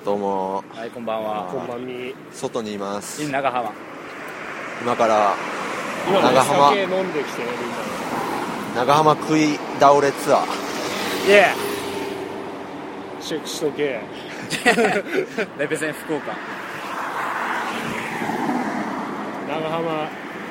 どうも。 はい、こんばんは。 こんばんみ。 外にいます。 長浜。 今から今ね、 長浜酒飲んできてね、みんな。 長浜食い倒れツアー。 イエーチェックしとけ。 レペゼン福岡。 長浜は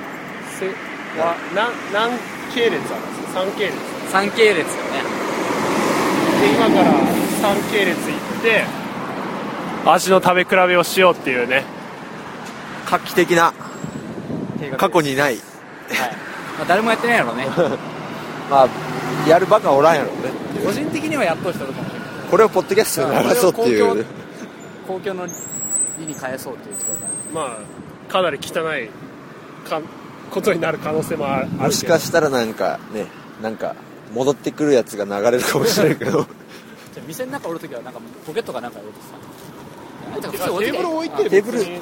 何系列あるんですか？3系列。 3系列よね。 で、今から3系列行って味の食べ比べをしようっていうね。 画期的な、過去にない。 はい。まあ、誰もやってないやろうね。 まあ、やるバカおらんやろうね。 個人的にはやっとる人いるかもしれない。 これをポッドキャストで流そうっていう。 公共の理に返そうっていう人が。 まあ、かなり汚いことになる可能性もあるけど。 もしかしたらなんかね、なんか戻ってくるやつが流れるかもしれないけど。 じゃあ店の中おるときはなんかポケットかなんか入れてさ。 テーブル置いてる。 テーブル、 大丈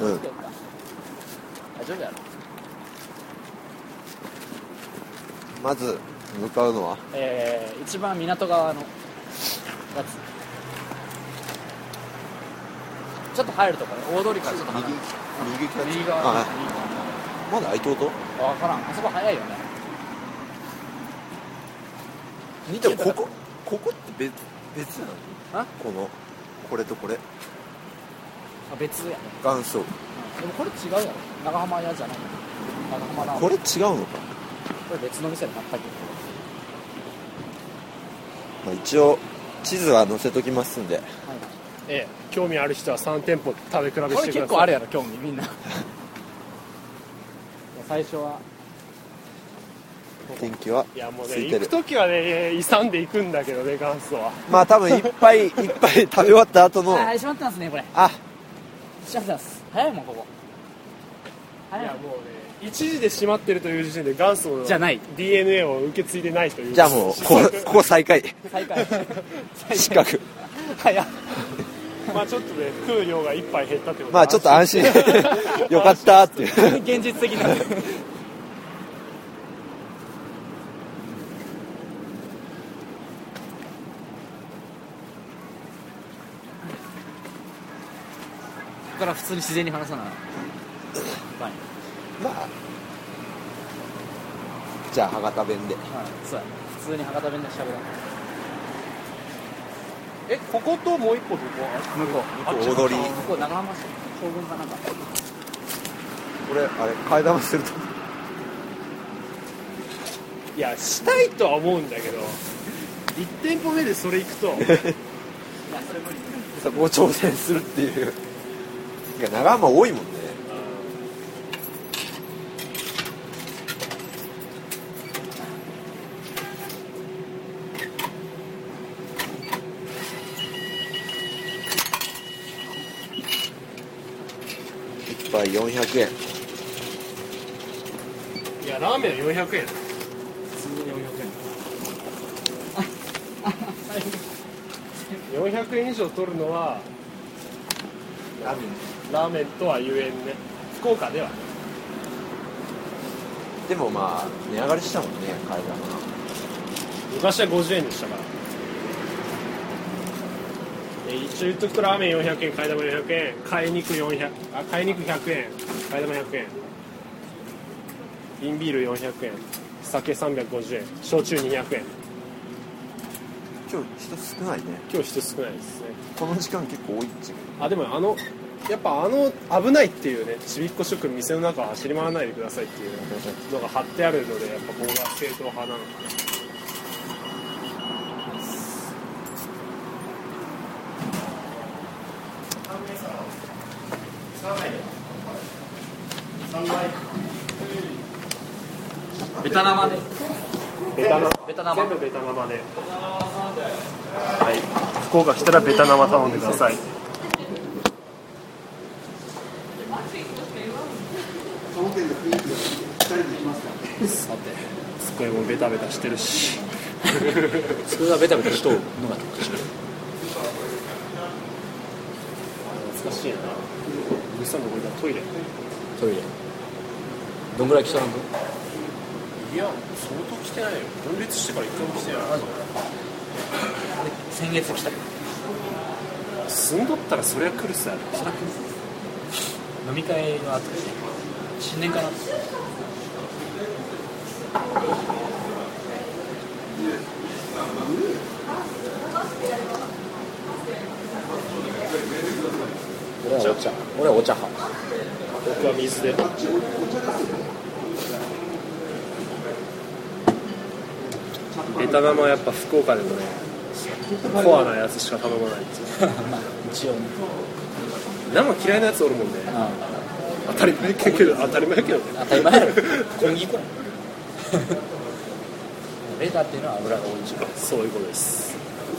夫やろ。 まず向かうのは一番港側のやつ。ちょっと入るとこね、大通りからちょっと離れて右側。 あ、まだ開いとうと？ 分からん、あそこ早いよね。 でもここって別なの？ あ？ これとこれ。 あ、別やね。 元祖。 でもこれ違うやろ。長浜屋じゃない。長浜な。 これ違うのか。 これ別の店で買ったけど。 まあ、一応地図は載せときますんで。 はい。 興味ある人は3店舗食べ比べしてください。 これ結構あるやろ、興味みんな。最初は天気はいやもうね、 ついてる。 行くときはね、勇んで行くんだけどね、元祖は。 まあ多分いっぱい食べ終わった後の。 はい、閉まってますね、これ。 あ、 閉まってます。早いもん、ここ。早いもん。 いやもうね、一時で閉まってるという時点で元祖のじゃない DNA を受け継いでないという。 じゃあもうここ最下位。 再開。 失格。 早っ。 まあちょっとね、食う量が一杯減ったってこと。 まあちょっと安心。よかったっていう。 現実的な。ここから普通に自然に話さない。 まあじゃあ博多弁で。 はい、そうやね。普通に博多弁で喋らん。 ここともう一個どこ？ 向こう。 大通り。 向こう長浜市将軍かなんか。 これあれ替え玉すると。 いや、したいとは思うんだけど、1店舗目でそれ行くと。 いや、それ無理。 そこを挑戦するっていう。いや長浜多いもんね。1杯400円。 いや、ラーメンは400円。 普通に400円。 400円以上取るのはラーメンとは言えんね。福岡では。 でもまあ値上がりしたもんね替え玉。 昔は50円でしたから。一応言っとくとラーメン400円、替え玉400円、替え肉100円、替え玉100円、瓶ビール400円、酒350円、焼酎200円。 今日人少ないね。 今日人少ないですね。 この時間結構多いっちゅう。 でもやっぱ危ないっていうね、ちびっこ諸君店の中は走り回らないでくださいっていうのが貼ってあるので、やっぱここが正統派なのかな。 ベタ生で。 ベタ生。全部ベタ生で。はい。福岡来たらベタ生頼んでください。さて、机もベタベタしてるし。 それはベタベタしとるのが特徴。 懐かしいな。ぐさんのこれがトイレ。 トイレ。どんぐらい来たの？ いや、相当来てないよ。分裂してから一回も来てない。 先月来た。 住んどったらそりゃ来るさ。 そら飲み会の後で新年かな。俺はお茶派。 僕は水で。ベタ生はやっぱ福岡でもね、コアなやつしか頼まないんですよ。 まあ一応ね。 生嫌いなやつおるもんね。当たり前けどね。 当たり前やろ。小麦粉や。ベータっていうのは油が多いし。 そういうことです。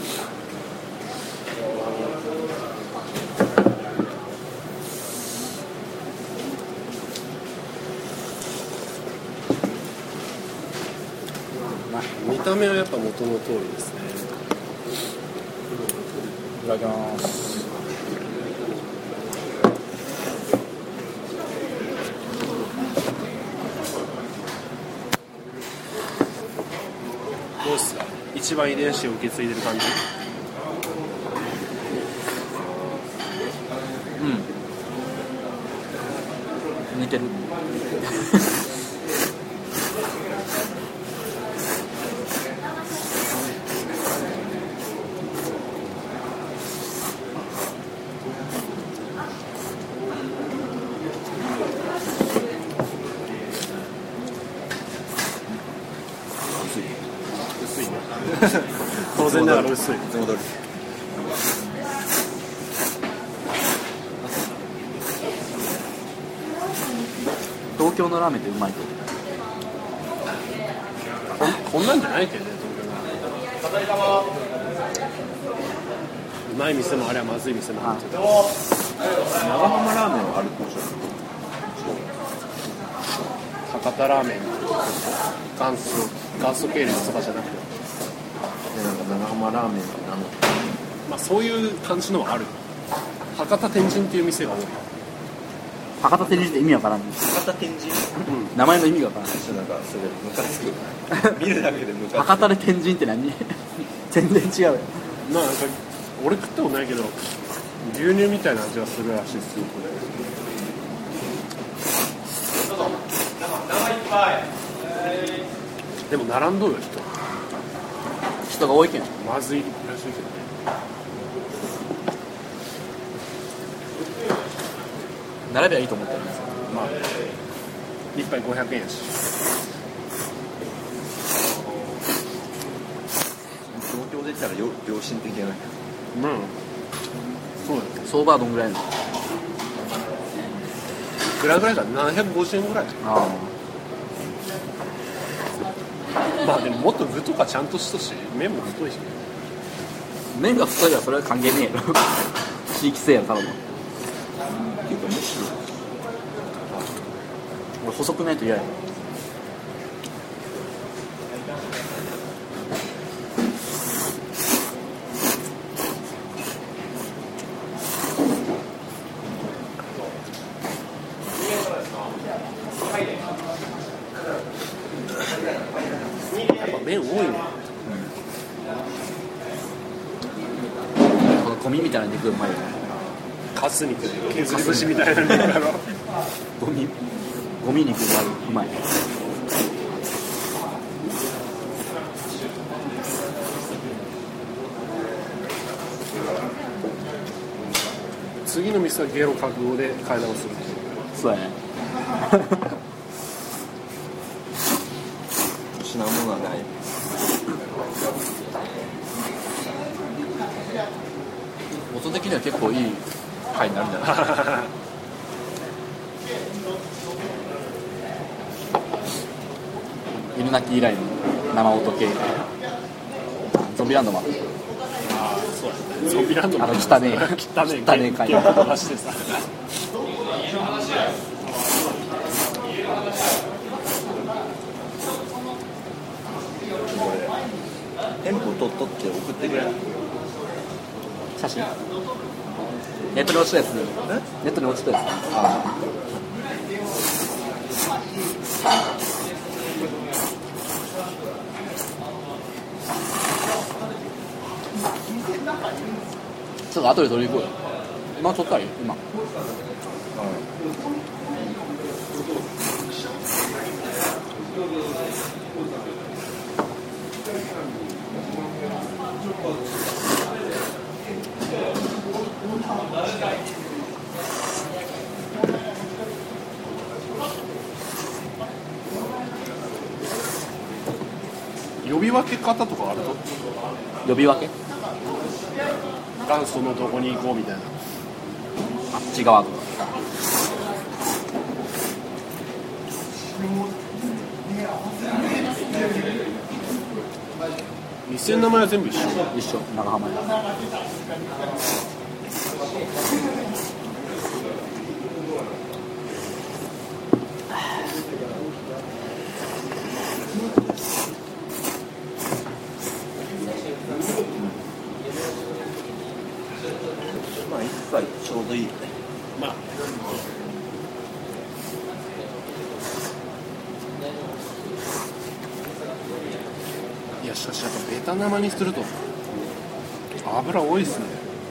見た目はやっぱ元の通りですね。 いただきます。 どうですか？一番遺伝子を受け継いでる感じ？ 似てる。 薄いね。当然ながら薄い。 戻る。 東京のラーメンってうまいと。 こんなんじゃないけどね、東京の。うまい店もありゃまずい店もあるけど。 長浜ラーメンはあるでしょ。 博多ラーメン元祖系列とかじゃなくて、 でなんか長浜ラーメンってまあそういう感じのはある。博多天神っていう店が多い。 博多天神って意味わからん。 博多天神。 名前の意味がわからん。 なんかそれムカつく。見るだけでムカつく。 博多で天神って何？全然違うよ。 まあなんか俺食ったことないけど牛乳みたいな味がするらしいですよ。でも並んどる人が多いけん。 まずいらしいけどね。 並べばいいと思ってるんですよ。 まあ一杯500円やし。 東京出たら良心的やな。 そうだね。 相場はどんぐらいなの？ いくらぐらいか750円ぐらい。まあでももっと具とかちゃんとしとし、麺も太いし、ね、 麺が太いはそれは関係ねえよ。地域性やからも。 っていうかむしろ俺細くないと嫌や。 やっぱ麺多いね。 このゴミみたいな肉うまいよね。 カツ肉で削り節みたいな肉だろ。 ゴミ肉がうまい。 次の店はゲロ覚悟で買い直する。 そうやね。 失うものはない。 音的には結構いい回になるんじゃない？犬鳴き以来の生音系。ゾンビランドもある。 ああ、そうやね。ゾンビランドも汚ねえ回ゲロ飛ばしてさ。 店舗取っとって送ってくれ。 写真？ネットに落ちたやつ。ネットに落ちたやつ。 ちょっと後で取りに行こうよ。今取ったらいい今。 呼び分け方とかあると呼び分け元祖のどこに行こうみたいな。 あっち側とか。 店の名前は全部一緒。 一緒、長浜屋。 まあ一杯ちょうどいいよね。 まあいやしかしやっぱベタ生にすると油多いっすね。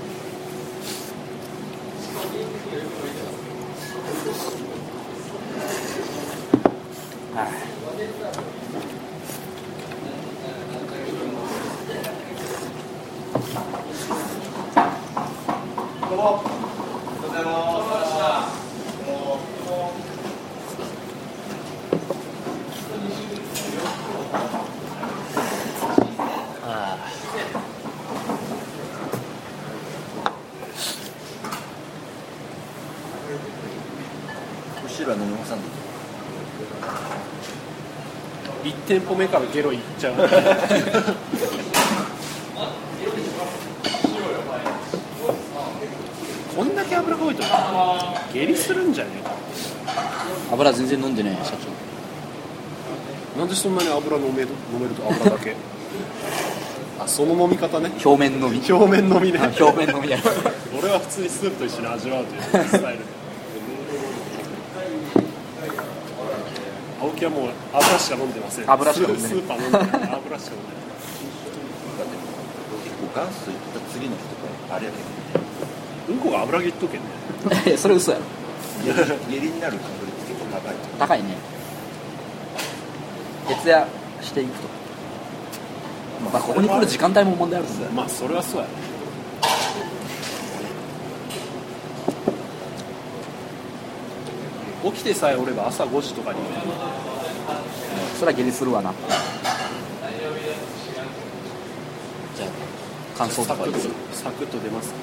後ろは何も挟んで 1店舗目からゲロいっちゃうこんだけ油が多いと下痢するんじゃねえか。 油全然飲んでねえ社長。 なんでそんなに油飲めると油だけあ、その飲み方ね。 表面のみ。 表面飲みね。 表面のみや。 俺は普通にスープと一緒に味わうというスタイルで青木はもう油しか飲んでません。 油しか飲んでないスーパー飲んでない。油しか飲んでない。 結構元祖行った次の日とかあれやけうんこが油ぎっとけんね。 それ嘘やろ。 ど下痢になる確率結構高い。 高いね。徹夜していくと。まあここに来る時間帯も問題あるんだよ。 まあそれはそうやね。起きてさえおれば朝5時とかにそれは下痢するわな。じゃあ感想とかいいですか。 サクッと出ます。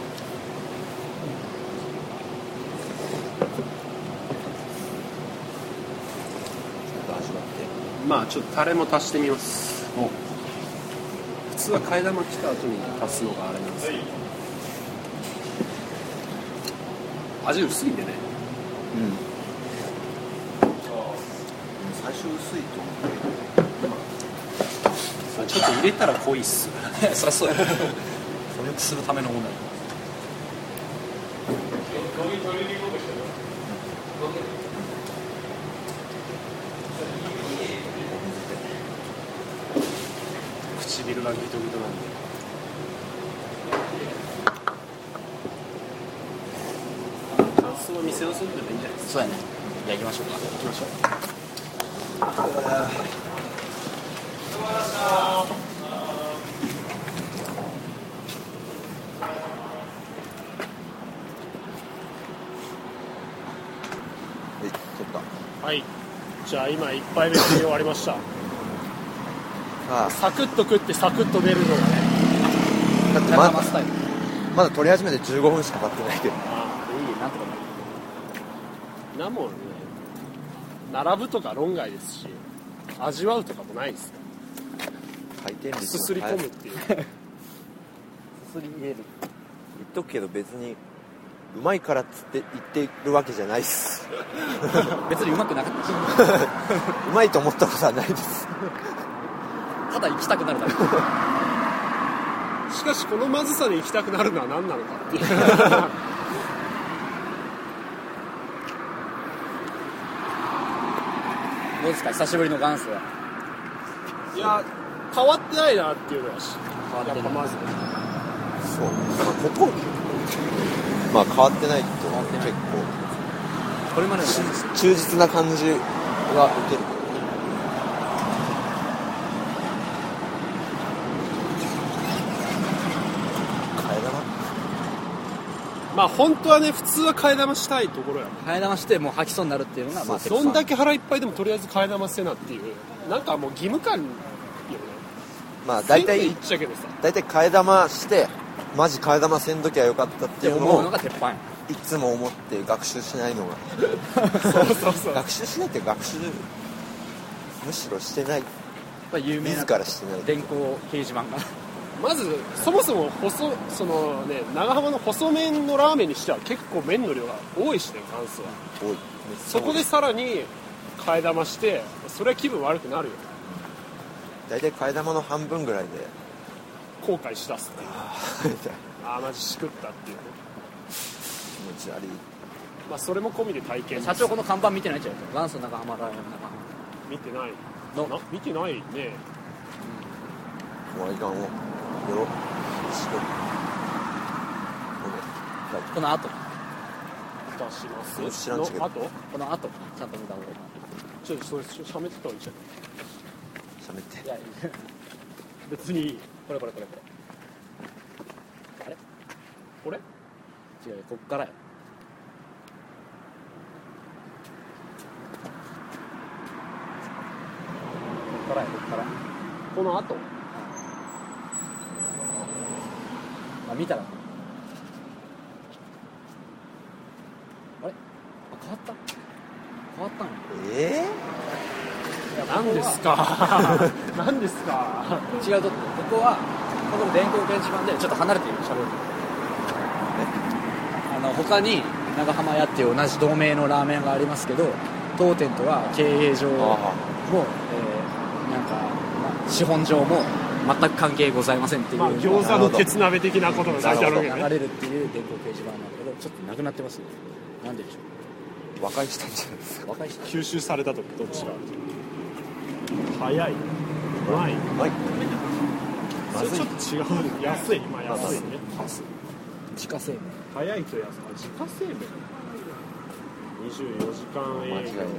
まあちょっとタレも足してみます。普通は替え玉来た後に足すのがあれなんですけど、味薄いんでね。 最初薄いと思う。 ちょっと入れたら濃いっす。 そりゃそうや。それをするためのものだよ。 唇がギトギトなんで。感想は店の外でもいいんじゃないですか。 そうやね。じゃあ行きましょうか。 行きましょう。はい。じゃあ今1杯目食い終わりました。サクッと食ってサクッと出るのがね。 だってまだ撮り始めて15分しか経ってないけど。 いいなんとかなる。 なもんね。並ぶとか論外ですし、味わうとかもないですよ。 回転率すすり込むっていう。 すすり入れる。言っとくけど別にうまいからっつって言ってるわけじゃないっす。 別にうまくなかったし。 うまいと思ったことはないです。 ただ行きたくなるだけ。 しかしこのまずさで行きたくなるのは何なのかっていう。 どうですか久しぶりの元祖は。 いや変わってないなっていうのはし変わってないやっぱまずそう。だからここまあ変わってないと変わってない結構これまでの忠実な感じは受ける。替え玉まあ本当はね普通は替え玉したいところや。 替え玉してもう吐きそうになるっていうのがまあどんだけ腹いっぱいでもとりあえず替え玉せなっていうなんかもう義務感よね。 まあ大体言っちゃうけどさ替え玉してマジ替え玉せんときゃよかったっていうの思うのをが鉄板や。 いつも思って学習しないのがそうそう学習しないって学習むしろしてない、 有名な自らしてない。 電光掲示板がまずそもそもそのね長浜の細麺のラーメンにしては結構麺の量が多いしね関数は。 多い。 そこでさらに替え玉してそれは気分悪くなるよ。 大体替え玉の半分ぐらいで後悔しだすっていうああマジしくったっていうね。 気持ち悪い。 まあそれも込みで体験です。 社長この看板見てないっちゃう元祖長浜ラーメン長浜見てないの見てないね。 もういかんをよろしくこの後出します俺知らんちゃうけどのあとこの後ちゃんと見た方がいいちょっとそれしゃべってた方がいいじゃん。 喋っていや別にいい。 これあれこれ違うよこっからよこっからこの後まあ見たらあれ変わったんや何ですか何ですか違うとここはこの電光掲示板でちょっと離れているしゃべる他に長浜屋っていう同じ同名のラーメン屋がありますけど当店とは経営上も、なんか、資本上も全く関係ございませんっていう、 まあ餃子の鉄鍋的なことが書いてあるわけね。 流れるっていう電光掲示板なんだけどちょっとなくなってますね。なんででしょ和解したんじゃないですか。 う。若い人吸収されたとどっちが早いうまい。 はいそれちょっと違う。安い。まあ安いね。 自家製麺早いと安い。自家製麺24時間営業。 間違いない。 流れるかもしれ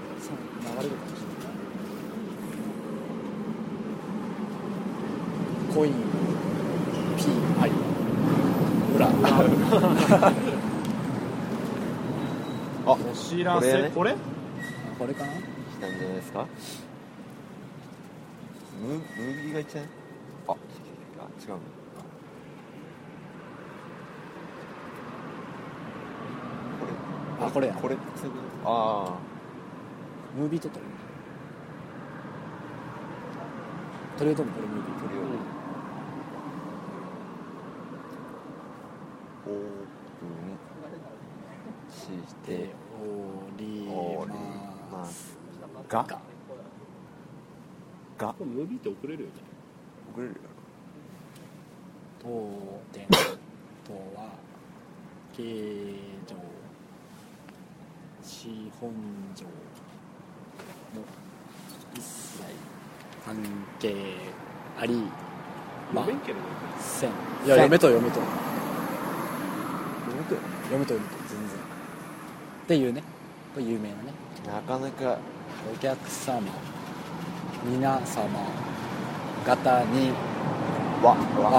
ないコイン PI 裏あ、 お知らせ。これこれかな。 来たんじゃないですか。ムービーがいっちゃう。あ、違うの。 これやこれあムービー撮ったらトレードもこれムービーあ、これをオープンしておりますがこれムービーって送れるよね。 送れるよ。 当店とは経常資本上の一切関係ありま読めんけどね。 せん。いや読めと全然っていうね、これ有名なね。 なかなかお客様皆様方には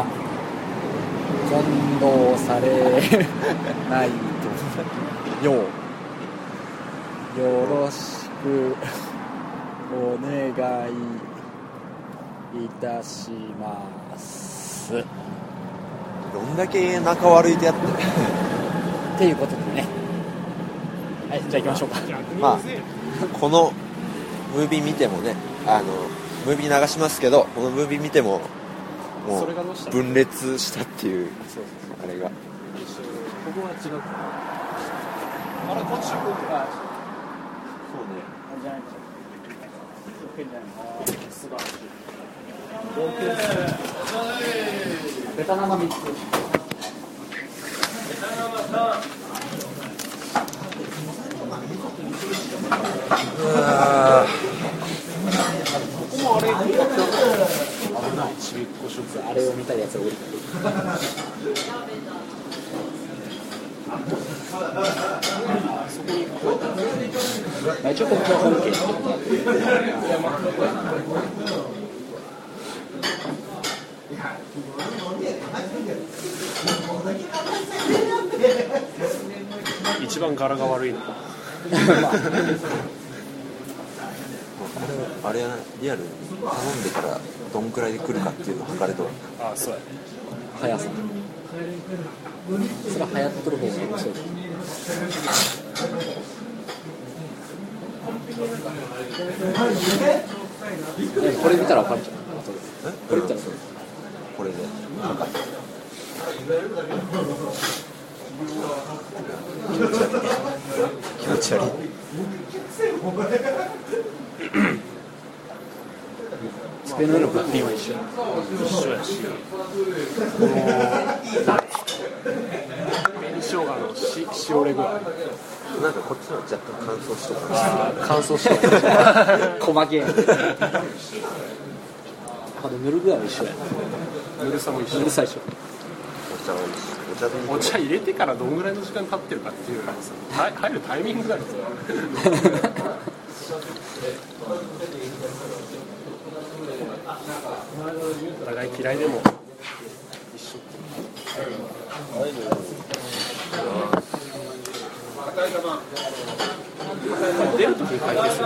混同されないようよろしくお願いいたしますっどんだけ仲悪いとやってる。 ていうことでね、はい、じゃあ行きましょうか。 まあこのムービー見てもね、ムービー流しますけど、このムービー見てももそれがどうしたう分裂したっていうあれが。 ここは違う。 あれこっち行こうか。 そうね。 じゃない素晴らしい。 ベタ生3つ。 ここもあれ危ない。ちびっこ食あれを見たいやつが降りてる。 まあ、一応ここは本家ってこと一番柄が悪いのこれあれやな、リアルに頼んでからどんくらいで来るかっていうのを測れとる。 ああそうや速さそれは流行っとる方が面白いこれ見たら分かるじゃん。これ見たらそうこれで気持ち悪い。 スペインの物品は一緒やしこの紅生姜の塩レ具合なんかこっちのは若干乾燥しとる。 乾燥してる細けえあで塗る具合は一緒やぬるさも一緒塗る最初お茶はお茶でいい。 お茶入れてからどんぐらいの時間経ってるかっていうのがさ入るタイミングだろお互い嫌いでも一緒出るときに会計する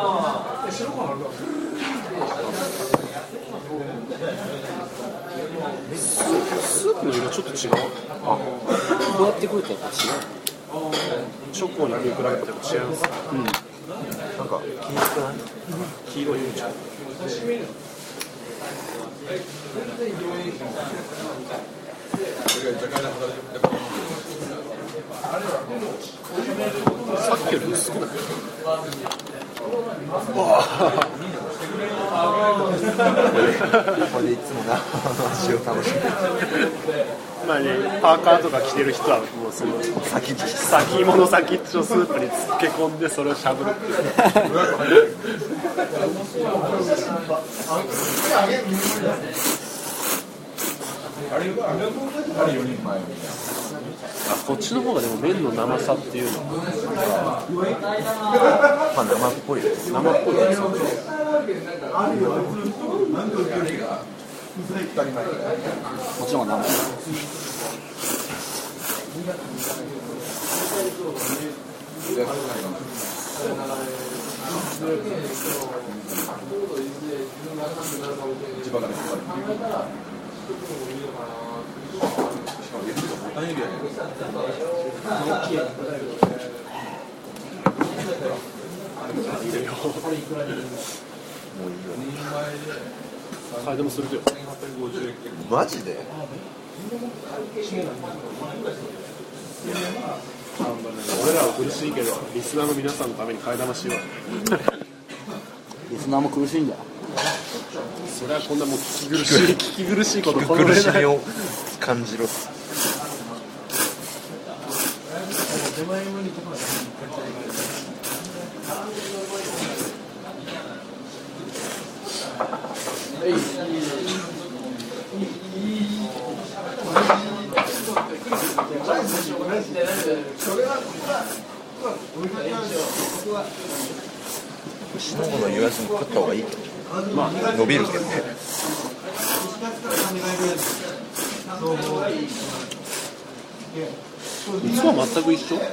スープの色ちょっと違うこうやってくるとやっぱ違うチョコに比べても違います、 なんか気にくない？ 黄色い色ちゃうさっきより薄くない？ これでいつもな味を楽しむ。 まあね、パーカーとか着てる人はもうその先物先っちょスープに漬け込んでそれをしゃぶるっていうこっちの方がでも麺の生さっていうのはまあ生っぽいよ。 生っぽいですよねもちろん生はいでもするよマジで？ 俺らは苦しいけどリスナーの皆さんのために替え玉しようリスナーも苦しいんだよそれはこんなもう聞き苦しいことこの苦上ないしみを感じろ。しのごの言わずに食った方がいいと。まあ伸びるけどね。 器は全く一緒？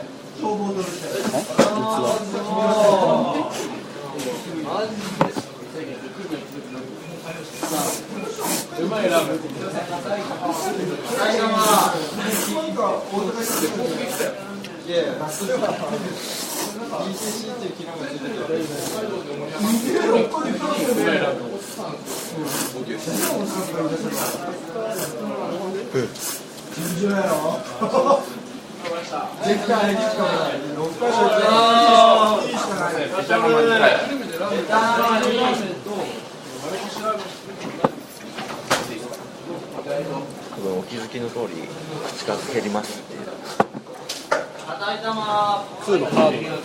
お気づきの通り口数減りますっていう。 2のハード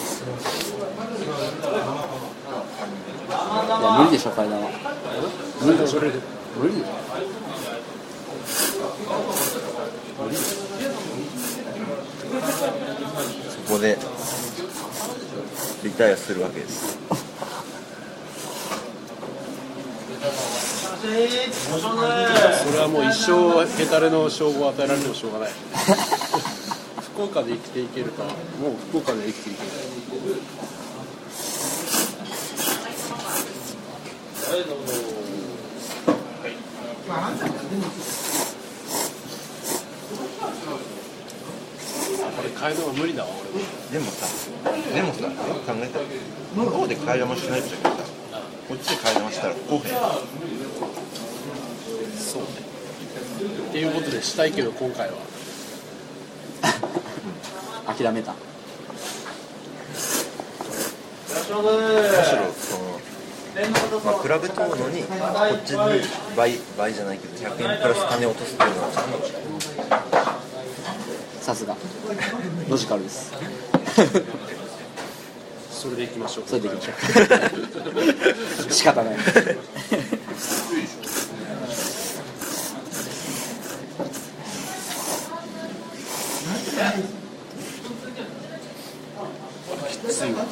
いや無理でしょ替え玉。無理でしょ。無理でしょ。 そこでリタイアするわけです。 それはもう一生ヘタレの称号を与えられてもしょうがない。福岡で生きていけるか、もう福岡で生きていける。これ替え玉無理だわ俺も。 でもさよく考えたら向こうで替え玉しないとさ、こっちで替え玉したら不公平。 そうね。っていうことでしたいけど今回は諦めた。 むしろその、まあ、比べとるのにこっちに倍じゃないけど100円プラス金を落とすっていうのはちゃんとさすがロジカルです。 それでいきましょう。 それでいきましょう。仕方ない。 きついわ。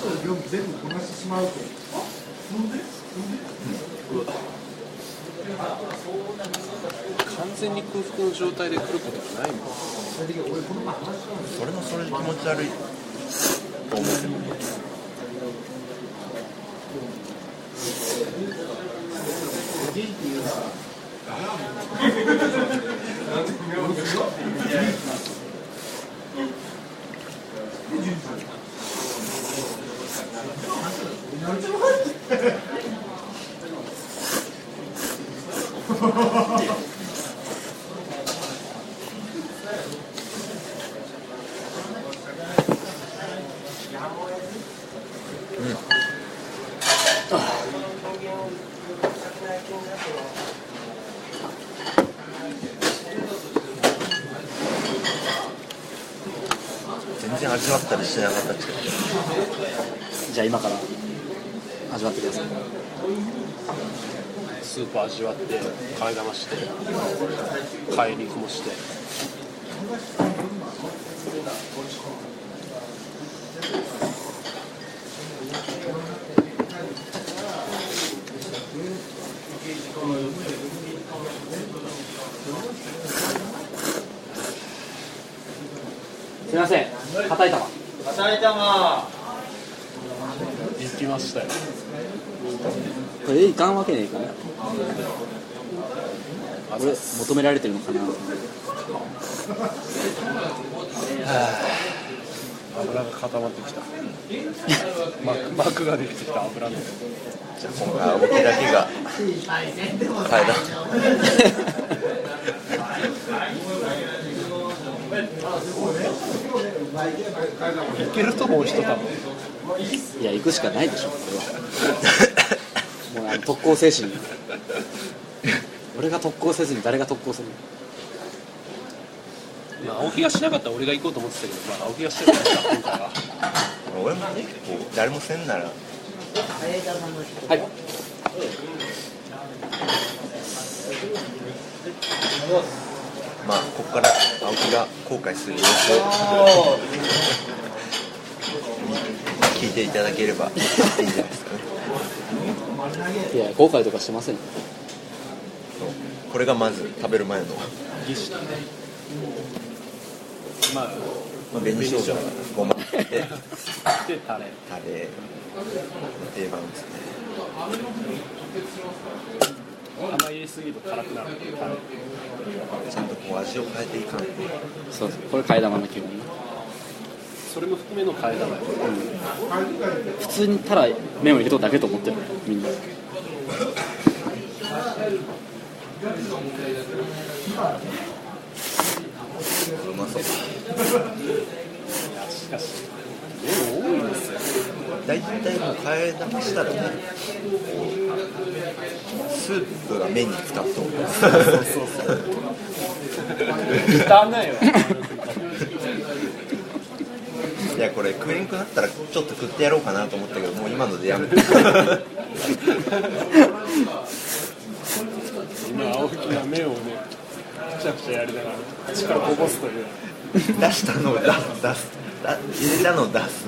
完全に空腹の状態で来ることがないもん。 それもそれで気持ち悪いと思ってる。全然味わったりしてなかったけど、 じゃあ今から味わってください。 スープ味わって替え玉して替え肉もして。 すみません、硬い玉。 硬い玉。 行きましたよ。 これいかんわけねえかな。これ求められてるのかな。 油が固まってきた。膜ができてきた油の。 じゃあ今回青木だけが替えいけるともう一玉。 いや行くしかないでしょこれは。もう特攻精神。俺が特攻せずに誰が特攻するの。 まあ青木がしなかったら俺が行こうと思ってたけど、まあ青木がしてるから今回は。 俺もね、こう誰もせんなら。 はい。 まあここから青木が後悔する様子を聞いていただければいいんじゃないですかね。 いや後悔とかしてません。 これがまず食べる前の儀式。まあ紅生姜ごまでタレ定番ですね。 あんまり入れすぎると辛くなる。 ちゃんとこう味を変えていかんと。 そうです。これ替え玉の基本。 それも含めの替え玉。 普通にただ麺を入れとくだけと思ってるみんな。 うまそう。 しかし量多いですよ。 大体もう替え玉したらね、スープが麺に使っとる。 汚いよ。 いやこれ食えんくなったらちょっと食ってやろうかなと思ったけどもう今のでやめて今青木が目をねくちゃくちゃやりながら口からこぼすという出したのを出す入れたのを出す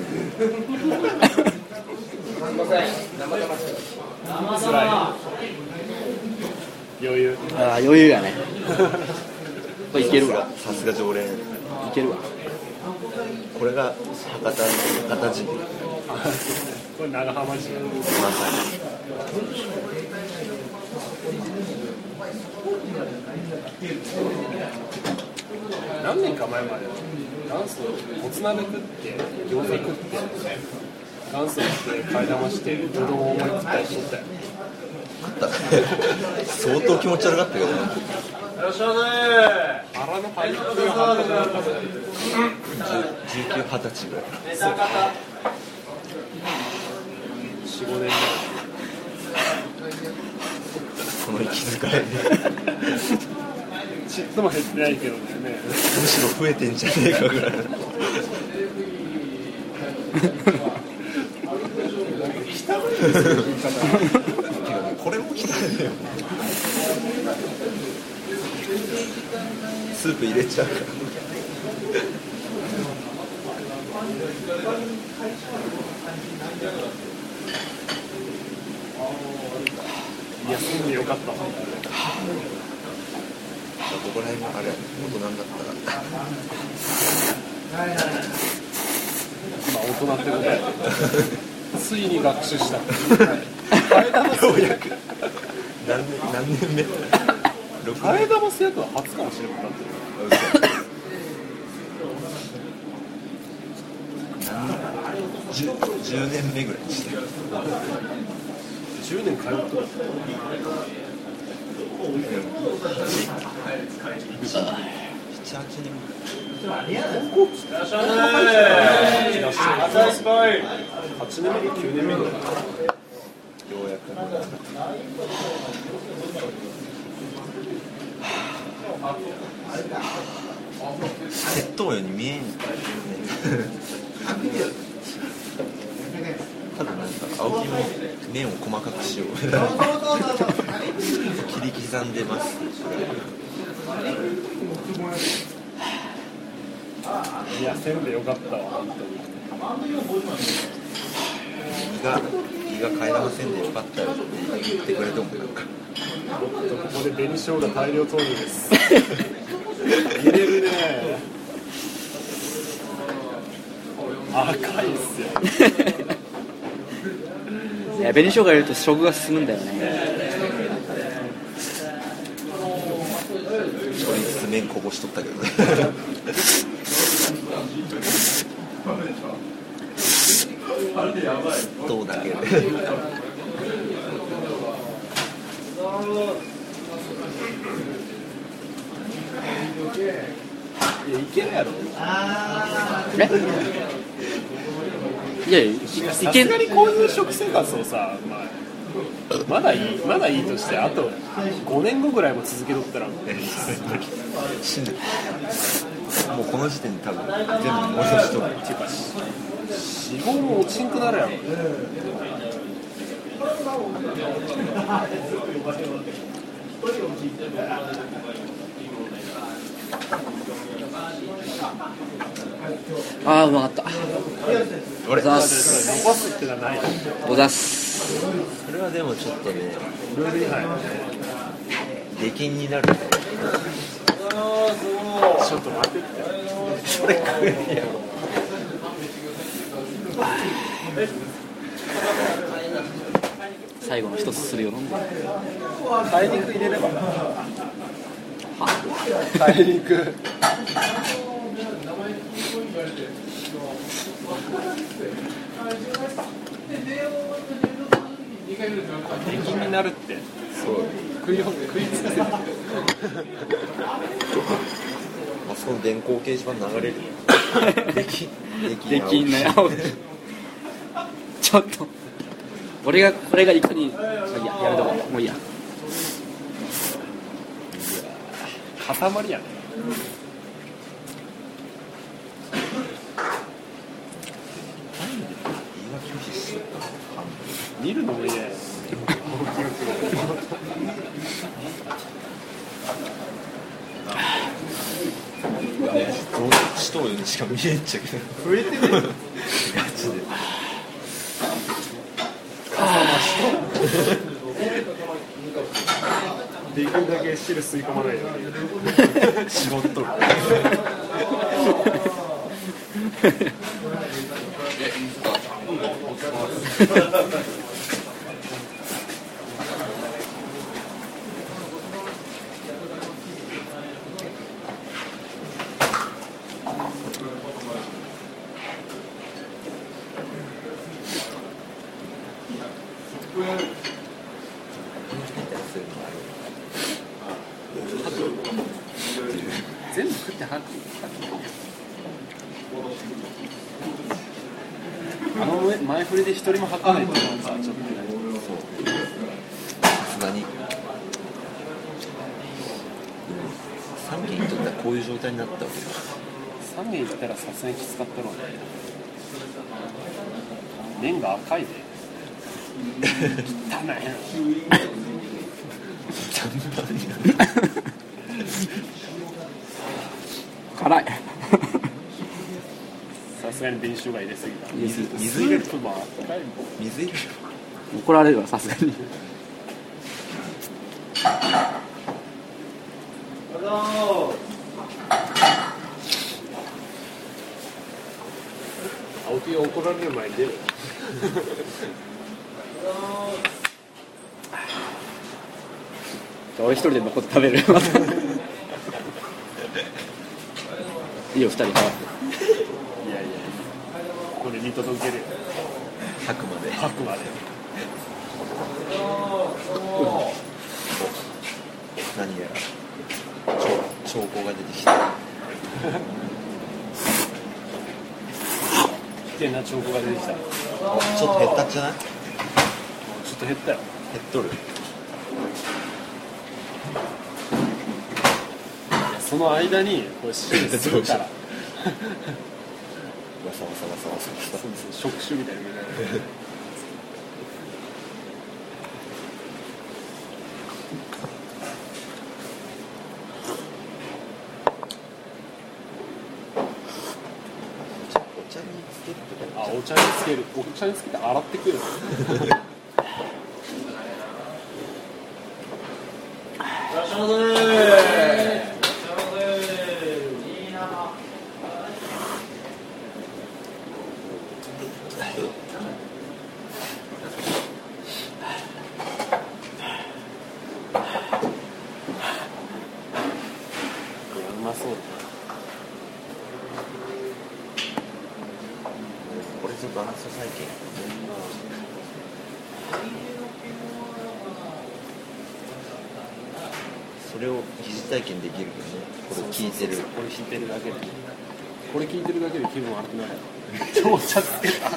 つらい余裕あ余裕やねこれいけるわさすが常連いけるわこれが博多人これ長浜人まさに何年か前まで元祖もつ鍋食って餃子食って元祖して替え玉してうどんを思い食ったりしとったよ相当気持ち悪かったけどな。 よっしゃーねー腹の入りが半端なかったね 19、20歳ぐらい。 4、5年前この息遣いでちっとも減ってないけどねむしろ増えてんじゃねえかぐらいこれも汚いよスープ入れちゃうから休んでよかったわどこら辺もあれ大人になった今大人ってことでついに学習したらようやく何年目替え玉すやつは初かもしれなかった 10年目ぐらいにして 10年通ってる 7、8年 8年目9年目ぐらいようやく窃盗ように見えんただなんか青木も麺を細かくしよう切り刻んでますいやせんでよかったわ本当に胃が替え玉せんでよかったよって言ってくれてもなんかここで紅生姜大量投入です入れるね赤いっすよいや紅生姜入れると食が進むんだよね一人ずつ麺こぼしとったけどねどうだけでいやいけるやろいやいさすがにこういう食生活をさ、まだいいとしてあと5年後ぐらいも続けとったら死ぬもうこの時点で多分全部戻しとるっていうか脂肪も落ちんくなるやろああうまかったあれざっす残すってのはないおざっすそれはでもちょっとねルール違反出禁になるちょっと待ってそれ食えんやろ最後の一つするよ飲んで大肉入れれば大肉出禁になるってそう食いつかせるあそこの電光掲示板流れるできんなよちょっとこれがいかにいややめとこうもういいや塊やね見るのも嫌やしとうよしか見えんちゃうけど増えてねガチでできるだけ汁吸い込まないように絞っとる全部食って吐くあの前振りで一人も吐かないっていうのはさちょっとさすがに3軒にとったらこういう状態になったわけよ 3軒行ったらさすがにきつかったろうね麺が赤いで汚いな辛いさすがに紅生姜入れすぎた水入れるスープも赤いもん水入れる怒られるわさすがに青木が怒られる前に出る俺一人で残って食べるいいよ二人払っていやいやここで見届けるよ吐くまで吐くまで何やら兆候が出てきた危険な兆候が出てきたちょちょっと減ったんじゃないっと減ったよ減っとるその間にこれ汁するからわさわさわさわさわさ触手みたいなお茶につけるとかあお茶につけるお茶につけて洗ってくるうまそうだこれぞバランス体験それを疑似体験できるよねこれ聞いてるこれ聞いてるだけでこれ聞いてるだけで気分悪くなるお茶つけた新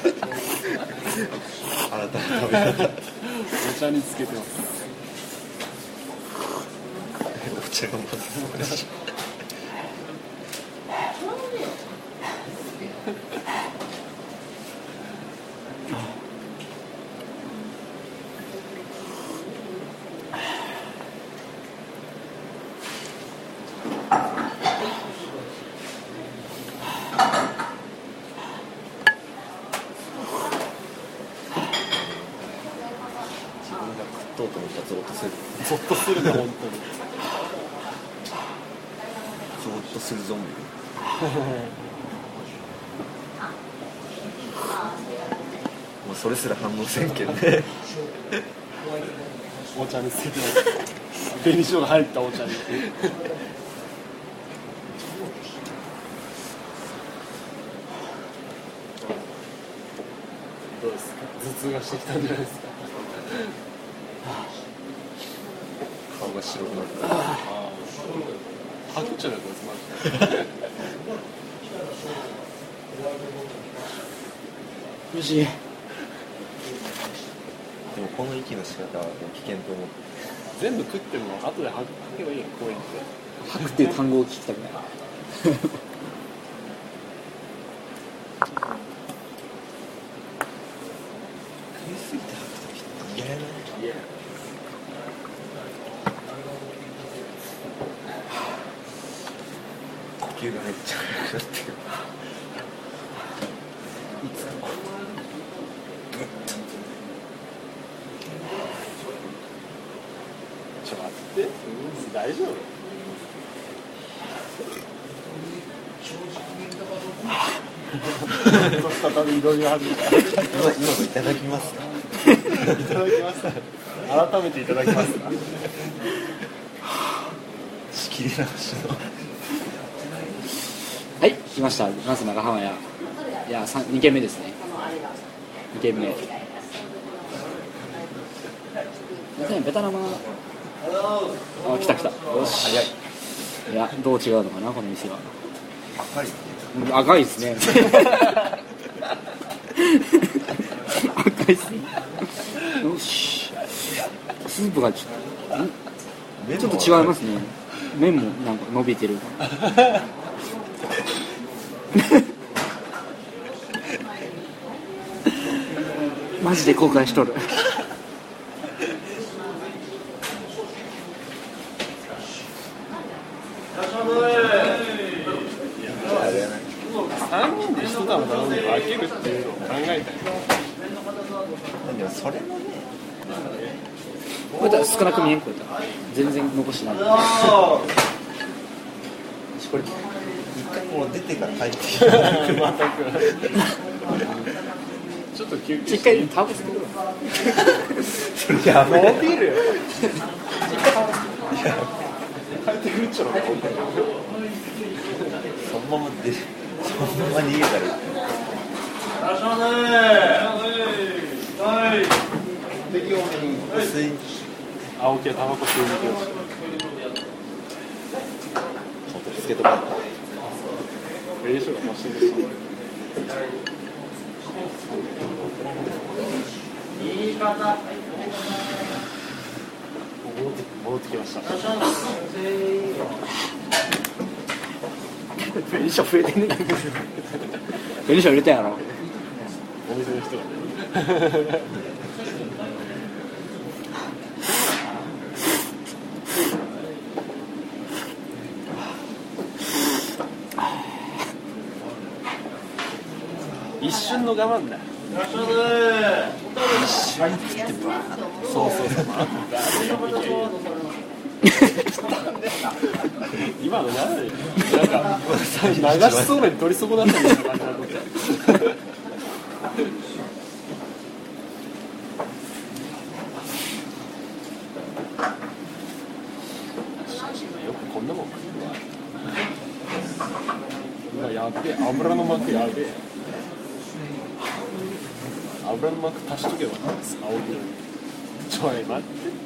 たな食べ方お茶につけてますお茶がまず難しい自分が食っとうと思ったらゾッとするゾッとするね本当にゾッとするゾンビもうそれすら反応せんけどねお茶につけてます紅しょうが入ったお茶にどうですか頭痛がしてきたんじゃないですか顔が白くなった吐くんじゃないこいつマジでよしでもこの息の仕方はもう危険と思って全部食っても後で吐けばいいよ公園って吐くっていう単語を聞きたくない食いすぎて吐くときって球がめっちゃ速くなってる。 ちょっと待って、大丈夫？再び挑み始めた。 今のいただきますか？ いただきますか？改めていただきますか？ 仕切り直しの。 はい、来ました。まず長浜屋。いや、2軒目ですね。2軒目。ベトナム。あ、来た。よし。 早い。 いや、どう違うのかな、この店は。 赤い。 赤いですね。赤いですね。よし。スープがちょっと違いますね。麺もなんか伸びてる。マジで後悔しとる。 3人で1玉頼んで分けるっていうのを考えたよ。 でもそれもね、 これだ少なく見えんこれだ全然残してない。 これ一回もう出てから帰ってきた。 またくちょっと休憩一回タバコつけるわ。 やめ伸びるよ。帰ってくるっちゃろ。 そのまま出る。そのまま逃げたらいい。薄い。 青木はタバコ吸いに行きました。 本当につけとかない。 練習が欲しいです。戻ってきました。 紅しょ増えてんねん。紅しょ入れたやろ。 お店の人がね。一瞬の我慢だ。 一瞬食ってバーッ。 そう。今の何だよ。なんか流しそうめん取り損なったみたいな感じだった。よくこんなもん食うわ。やべえ、油の膜やべえ。油の膜足しとけば青黒に。ちょい待って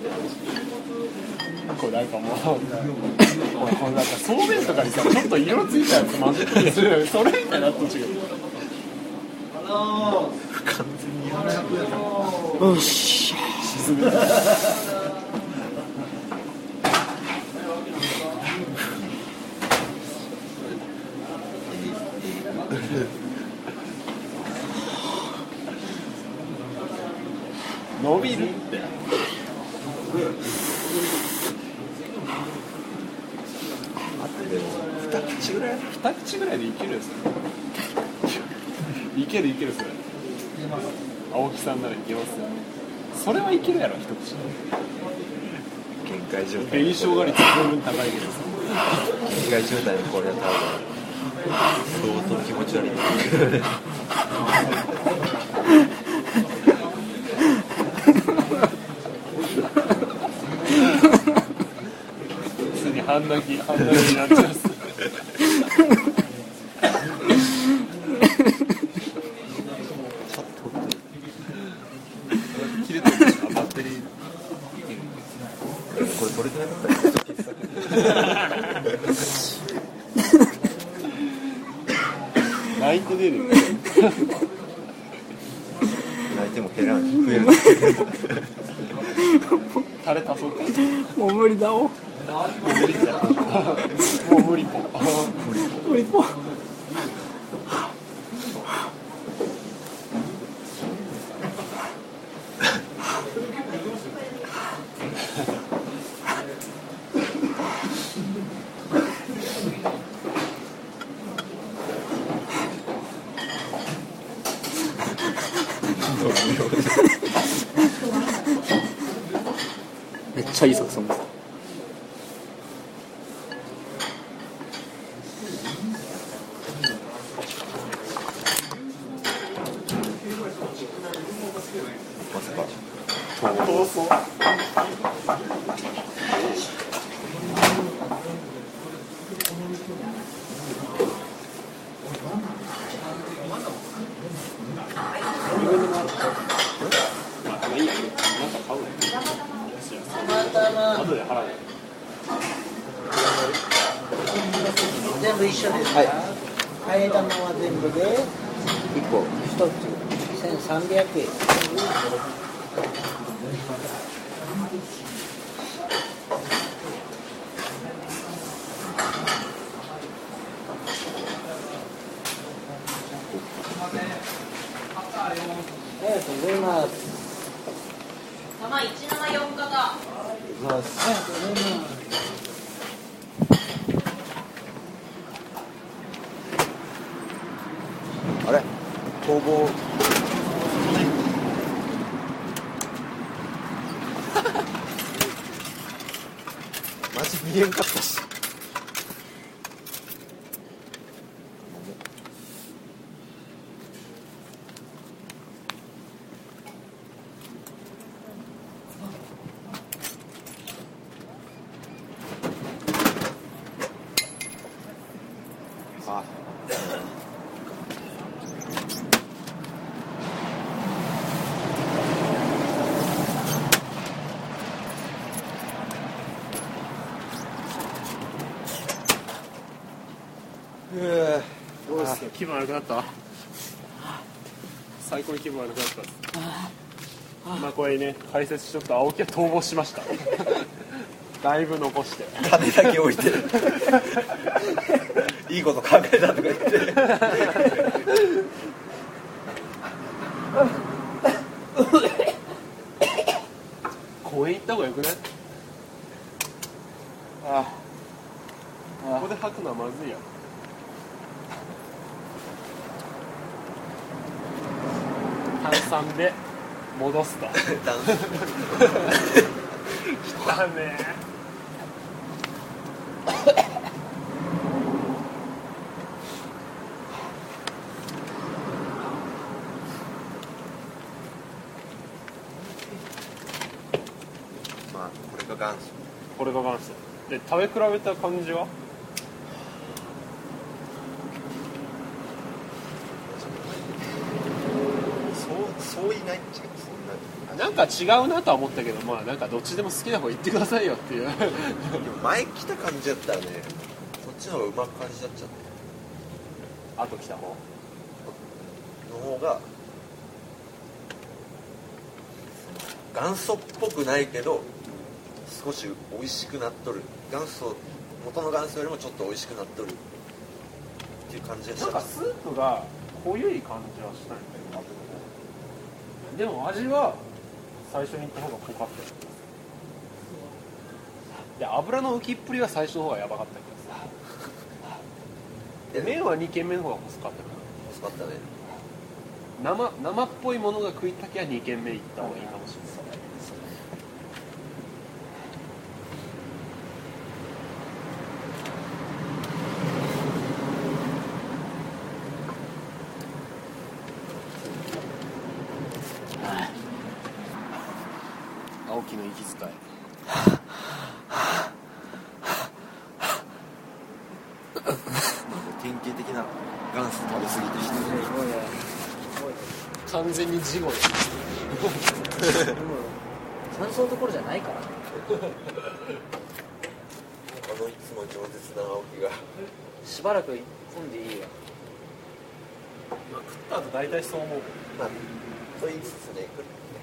これなんかもうこれなんかそうめんとかにさちょっと色ついたやつ混ぜてするそれみたいになっと違う。 完全に400円だ。 よし。 沈めた。伸びるってでも2口ぐらいでいけるよそれ。いけるそれ。青木さんならいけますよ。それはいけるやろ一口。 限界状態。 紅生姜率十分高いけどさ。 限界状態のこれは多分相当気持ち悪い。 普通に半泣きになっちゃう。切れてるバッテリー。 これ取れてなかったら泣いて出る。 泣いても減らん。増える。 タレ足そうか。 もう無理だお。 もう無理ぽ。 無理ぽ。 めっちゃいい作戦です。 まさか逃走。 全部一緒ですか？替え玉は全部で 1個 1つ1300円。ありがとうございます。 玉174型。 ありがとうございます。 あれ逃亡マジ見えんかったしあどうですか、気分悪くなった？最高に気分悪くなったです。まあこれね、解説しとくと青木は逃亡しました。だいぶ残して金だけ置いていいこと考えたとか言って公園行った方がよくない？ここで吐くのはまずいや。炭酸で戻すと。汚ねえ。 まあこれが元祖これが元祖で、食べ比べた感じはそういないんちゃうそんななんか違うなとは思ったけど、まあなんかどっちでも好きな方言ってくださいよっていう。 でも前来た感じだったらねこっちの方がうまく感じだっちゃってあと来た方の方が元祖っぽくないけど少し美味しくなっとる元の元祖よりもちょっと美味しくなっとるっていう感じがしたなんかスープが濃ゆい感じはしたんだよね。でも味は最初に言った方が濃かったよ。で、油の浮きっぷりは最初の方がやばかった気がする。麺は2軒目の方が細かったか薄かったねな。生っぽいものが食いたきゃ2軒目行った方がいいかもしれない。青木の息遣い。 典型的な元祖食べ過ぎた人完全に事後です。 感想どころじゃないから。 いつも饒舌な青木がしばらく混んでいいよ。 まあ、食った後大体そう思う。 まあと言いつつね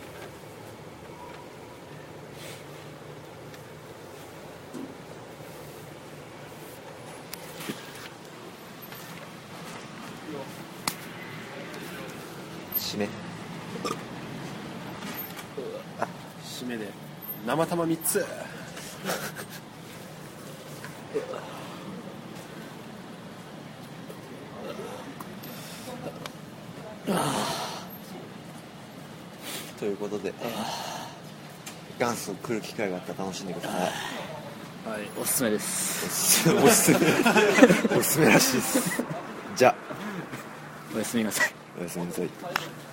締め締めで生玉3つ。 ということで、元祖来る機会があったら楽しんでください。 はい、おすすめです。 おすすめおすすめらしいです。じゃあおやすみなさい。 おやすみなさい。